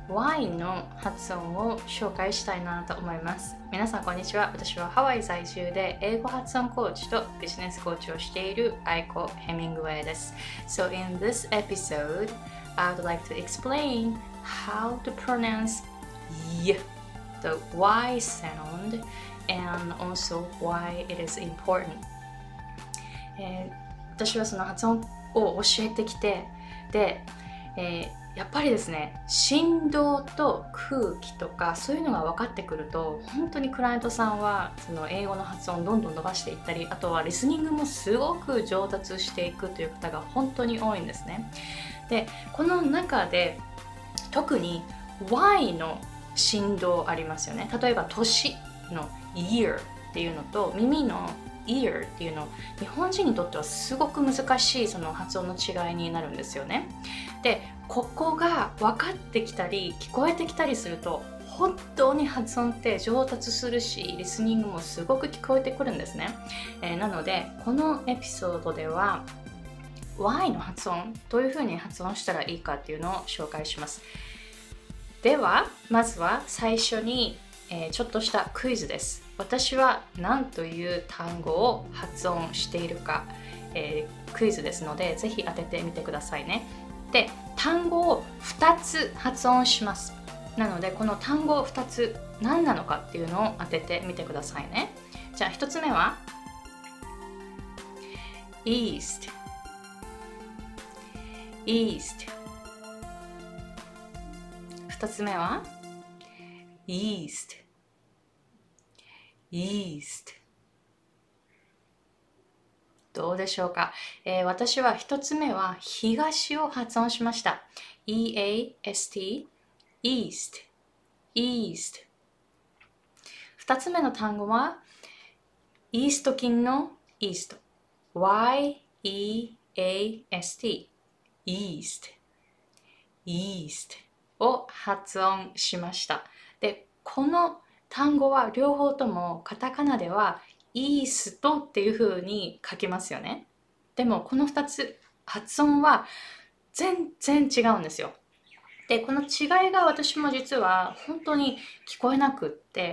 Y の発音を紹介したいなと思います。皆さんこんにちは。私はハワイ在住で英語発音コーチとビジネスコーチをしているアイコ・ヘミングウェイです。So in this episode, I would like to explain how to pronounce Y, the Y sound, and also why it is important. 私はその発音を教えてきて、で、やっぱりですね、振動と空気とかそういうのが分かってくると、本当にクライアントさんはその英語の発音をどんどん伸ばしていったり、あとはリスニングもすごく上達していくという方が本当に多いんですね。で、この中で特に Y の振動ありますよね。例えば年の year っていうのと耳の ear っていうの、日本人にとってはすごく難しいその発音の違いになるんですよね。で、ここが分かってきたり聞こえてきたりすると、本当に発音って上達するし、リスニングもすごく聞こえてくるんですね。なのでこのエピソードでは Y の発音、どういうふうに発音したらいいかっていうのを紹介します。ではまずは最初に、ちょっとしたクイズです。私は何という単語を発音しているか、クイズですので、ぜひ当ててみてくださいね。で、単語を2つ発音します。なのでこの単語2つ何なのかっていうのを当ててみてくださいね。じゃあ1つ目は East East、 2つ目は East East。 どうでしょうか。私は1つ目は東を発音しました。 EAST East East。 2つ目の単語はイースト菌のイースト、 YEAST East East を発音しました。で、この単語は両方ともカタカナではイーストっていう風に書きますよね。でもこの2つ発音は全然違うんですよ。で、この違いが私も実は本当に聞こえなくって、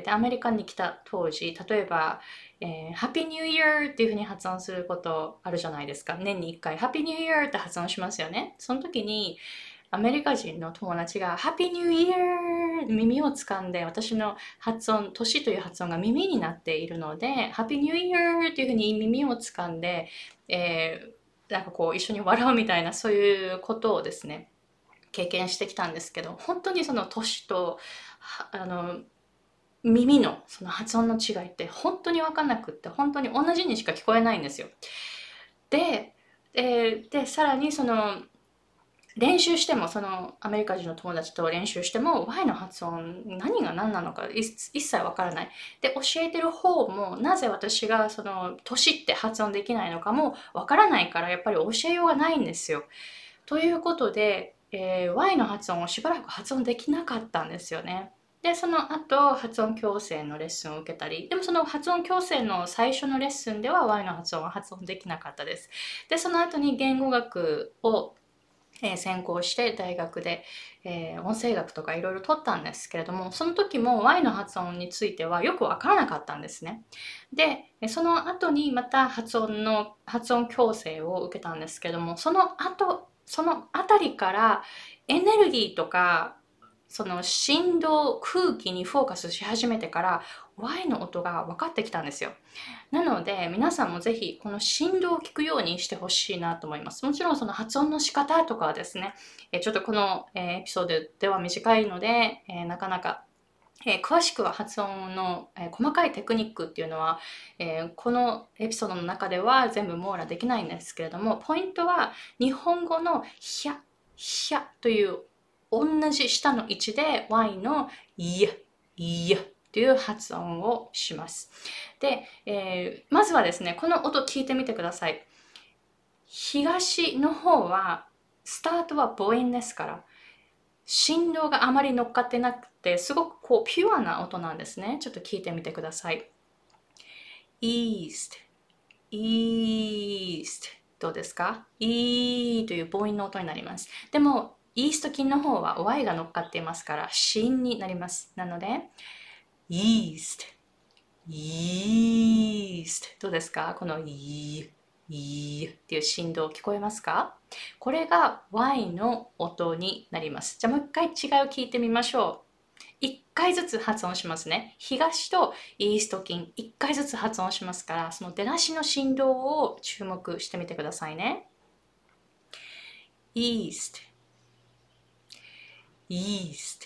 でアメリカに来た当時、例えば、ハッピーニューイヤーっていう風に発音することあるじゃないですか。年に1回ハッピーニューイヤーって発音しますよね。その時にアメリカ人の友達がハッピーニューイヤー、耳を掴んで、私の発音、年という発音が耳になっているので、ハッピーニューイヤーっていうふうに耳を掴んで、なんかこう一緒に笑うみたいな、そういうことをですね、経験してきたんですけど、本当にその年と耳のその発音の違いって本当に分かんなくって、本当に同じにしか聞こえないんですよ。で、さらにその練習しても、そのアメリカ人の友達と練習しても Y の発音何が何なのか一切わからない。で、教えてる方もなぜ私がその年って発音できないのかもわからないから、やっぱり教えようがないんですよ。ということで、Y の発音をしばらく発音できなかったんですよね。で、その後発音矯正のレッスンを受けたり、でもその発音矯正の最初のレッスンでは Y の発音は発音できなかったです。で、その後に言語学を専攻して大学で、音声学とかいろいろ取ったんですけれども、その時も Y の発音についてはよくわからなかったんですね。で、その後にまた発音矯正を受けたんですけども、そのあたりからエネルギーとかその振動、空気にフォーカスし始めてから Y の音が分かってきたんですよ。なので皆さんもぜひこの振動を聞くようにしてほしいなと思います。もちろんその発音の仕方とかはですね、ちょっとこのエピソードでは短いので、なかなか詳しくは発音の細かいテクニックっていうのは、このエピソードの中では全部網羅できないんですけれども、ポイントは日本語のヒャ、ヒャという同じ下の位置で Y のイヤ、イヤという発音をします。で、まずはですね、この音聞いてみてください。東の方はスタートは母音ですから、振動があまり乗っかってなくて、すごくこうピュアな音なんですね。ちょっと聞いてみてください。East East、 どうですか？ E という母音の音になります。でもイースト菌の方は Y が乗っかっていますから、子音になります。なので、East、East。どうですか？この E っていう振動聞こえますか？これが Y の音になります。じゃあもう一回違いを聞いてみましょう。一回ずつ発音しますね。東とイースト菌、一回ずつ発音しますから、その出だしの振動を注目してみてくださいね。East、East。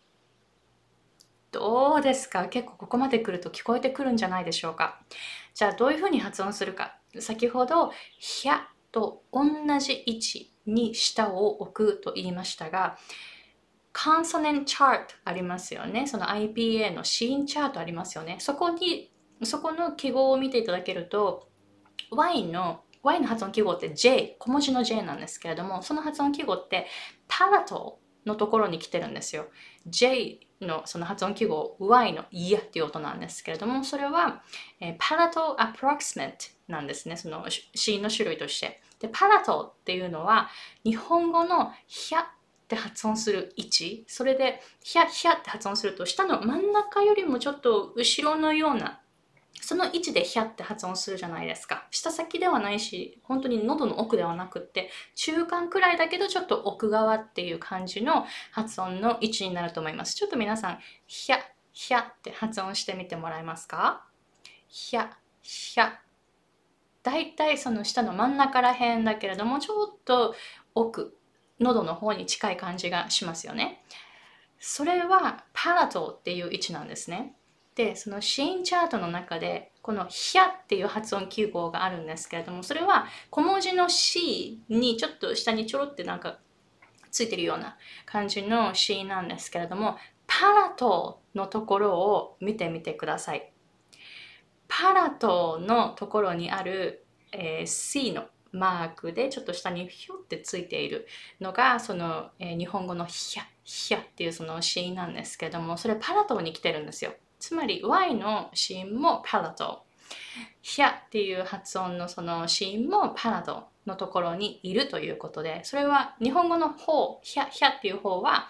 どうですか？結構ここまで来ると聞こえてくるんじゃないでしょうか。じゃあどういうふうに発音するか。先ほど、ひゃと同じ位置に舌を置くと言いましたが、コンソネントチャートありますよね。その IPA の子音チャートありますよね。そこの記号を見ていただけると、Y の発音記号って J、小文字の J なんですけれども、その発音記号ってパラトのところに来てるんですよ。J のその発音記号、Y のイヤっていう音なんですけれども、それは、パラトアプロクシメントなんですね。その子音の種類として。で、パラトっていうのは、日本語のヒャって発音する位置、それでヒャヒャって発音すると、下の真ん中よりもちょっと後ろのような、その位置でヒャって発音するじゃないですか。舌先ではないし、本当に喉の奥ではなくって、中間くらいだけどちょっと奥側っていう感じの発音の位置になると思います。ちょっと皆さん、ヒャ、ヒャって発音してみてもらえますか？ヒャ、ヒャ。だいたいその下の真ん中ら辺だけれども、ちょっと奥、喉の方に近い感じがしますよね。それはパラトっていう位置なんですね。で、その子音チャートの中で、このヒャっていう発音記号があるんですけれども、それは小文字の C にちょっと下にちょろってなんかついてるような感じの C なんですけれども、パラトのところを見てみてください。パラトのところにある、C のマークでちょっと下にヒュってついているのがその、日本語のヒャヒャっていうその子音なんですけども、それパラトに来てるんですよ。つまり Y の子音もパラト、ヒャっていう発音のその子音もパラトのところにいるということで、それは日本語の方、ヒャヒャっていう方は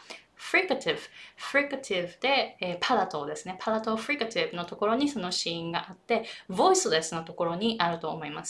fricative で、パラトですね。パラト fricative のところにその子音があって、voiceless のところにあると思います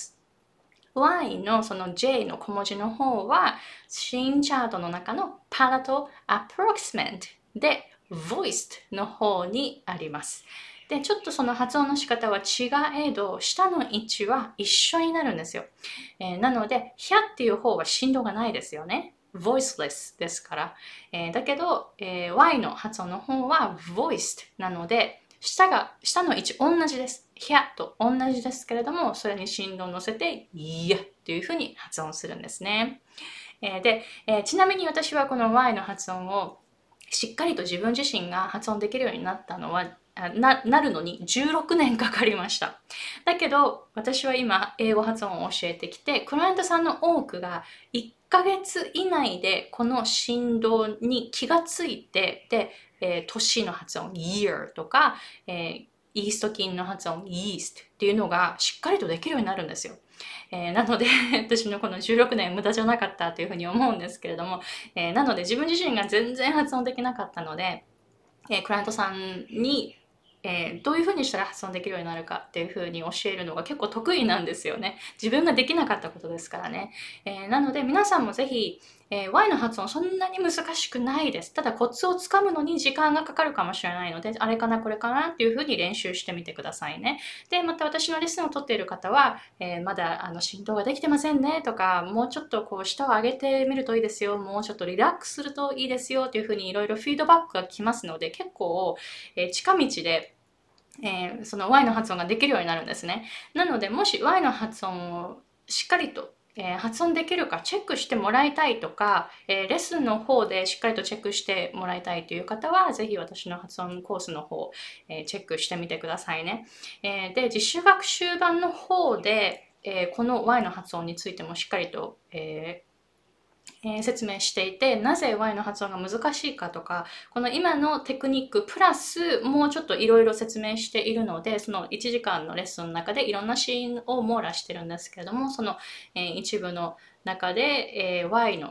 。Y のその J の小文字の方は、子音チャートの中のパラト approximant で voiced の方にあります。で、ちょっとその発音の仕方は違えど、下の位置は一緒になるんですよ。なので、ヒャっていう方は振動がないですよね。voiceless ですから。だけど、Y の発音の方は voiced なので、下の位置同じです。ヒャと同じですけれども、それに振動を乗せて、イヤっていうふうに発音するんですね。で、ちなみに私はこの Y の発音をしっかりと自分自身が発音できるようになったのは、なるのに16年かかりました。だけど、私は今、英語発音を教えてきて、クライアントさんの多くが1ヶ月以内でこの振動に気がついて、で、年の発音、year とか、イースト菌の発音、yeast っていうのがしっかりとできるようになるんですよ。なので私のこの16年無駄じゃなかったというふうに思うんですけれども、なので自分自身が全然発音できなかったので、クライアントさんにどういうふうにしたら発音できるようになるかっていうふうに教えるのが結構得意なんですよね。自分ができなかったことですからね。なので皆さんもぜひ、Y の発音そんなに難しくないです。ただコツをつかむのに時間がかかるかもしれないので、あれかなこれかなっていうふうに練習してみてくださいね。で、また私のレッスンを取っている方は、まだ振動ができてませんねとか、もうちょっとこう舌を上げてみるといいですよ。もうちょっとリラックスするといいですよっていうふうにいろいろフィードバックが来ますので、結構、近道でその Y の発音ができるようになるんですね。なので、もし Y の発音をしっかりと、発音できるかチェックしてもらいたいとか、レッスンの方でしっかりとチェックしてもらいたいという方は、ぜひ私の発音コースの方、チェックしてみてくださいね。で、自主学習版の方で、この Y の発音についてもしっかりと、説明していて、なぜ Y の発音が難しいかとか、この今のテクニックプラスもうちょっといろいろ説明しているので、その1時間のレッスンの中でいろんなシーンを網羅してるんですけれども、その、一部の中で、Y の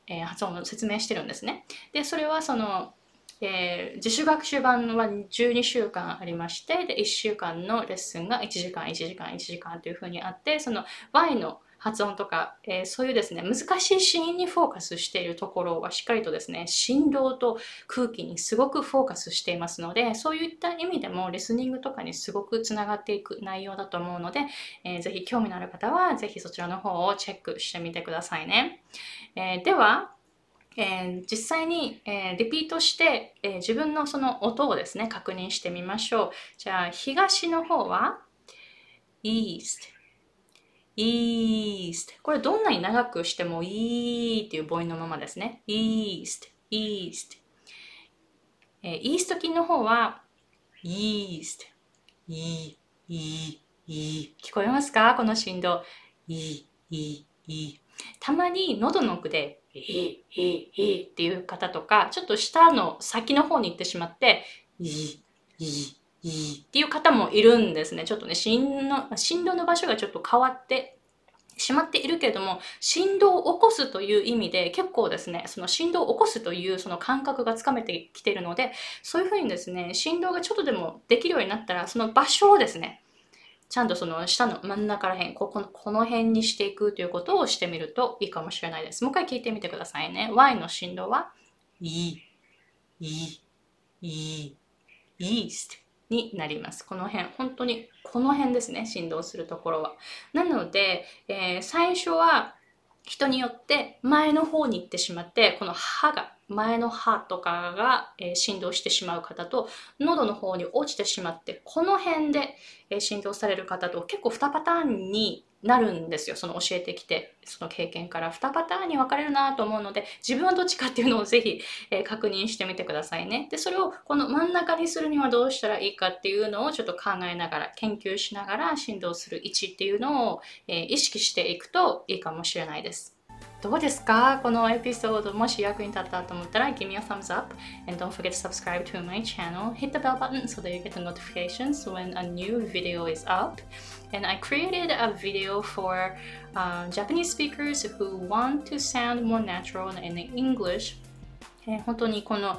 発音を説明してるんですね。で、それはその、自主学習版は12週間ありまして、で、1週間のレッスンが1時間、1時間、1時間というふうにあって、その Y の発音とか、そういうですね、難しいシーンにフォーカスしているところはしっかりとですね、振動と空気にすごくフォーカスしていますので、そういった意味でもリスニングとかにすごくつながっていく内容だと思うので、ぜひ興味のある方は、ぜひそちらの方をチェックしてみてくださいね。では、実際に、リピートして、自分のその音をですね、確認してみましょう。じゃあ、東の方は East。これどんなに長くしてもいいっていう母音のままですね。East。イースト筋の方は East。聞こえますか？この振動。たまに喉の奥でっていう方とか、ちょっと舌の先の方に行ってしまって、っていう方もいるんですね。ちょっとね、振動の場所がちょっと変わってしまっているけれども、振動を起こすという意味で結構ですね、その振動を起こすというその感覚がつかめてきているので、そういうふうにですね、振動がちょっとでもできるようになったら、その場所をですね、ちゃんとその下の真ん中ら辺、この辺にしていくということをしてみるといいかもしれないです。もう一回聞いてみてくださいね。Y の振動は、East になります。この辺、本当にこの辺ですね、振動するところは。なので、最初は人によって前の方に行ってしまって、この歯が、前の歯とかが振動してしまう方と、喉の方に落ちてしまって、この辺で振動される方と結構2パターンになるんですよ。その教えてきて、その経験から2パターンに分かれるなと思うので、自分はどっちかっていうのをぜひ確認してみてくださいね。で、それをこの真ん中にするにはどうしたらいいかっていうのをちょっと考えながら、研究しながら振動する位置っていうのを意識していくといいかもしれないです。どうですか？このエピソードもし役に立ったと思ったら Give me a thumbs up and don't forget to subscribe to my channel. Hit the bell button so that you get the notifications when a new video is up. And I created a video for Japanese speakers who want to sound more natural in English. 本当にこの、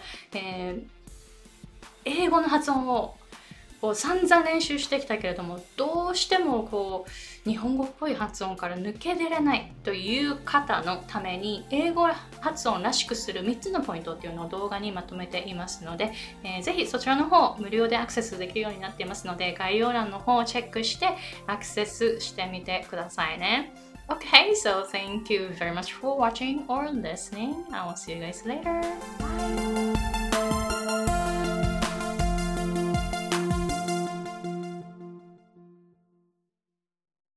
英語の発音を散々練習してきたけれども、どうしても日本語っぽい発音から抜け出れないという方のために、英語発音らしくする3つのポイントっていうのを動画にまとめていますので、ぜひそちらの方無料でアクセスできるようになっていますので、概要欄の方をチェックしてアクセスしてみてくださいね。Okay, so thank you very much for watching or listening. I will see you guys later. Bye!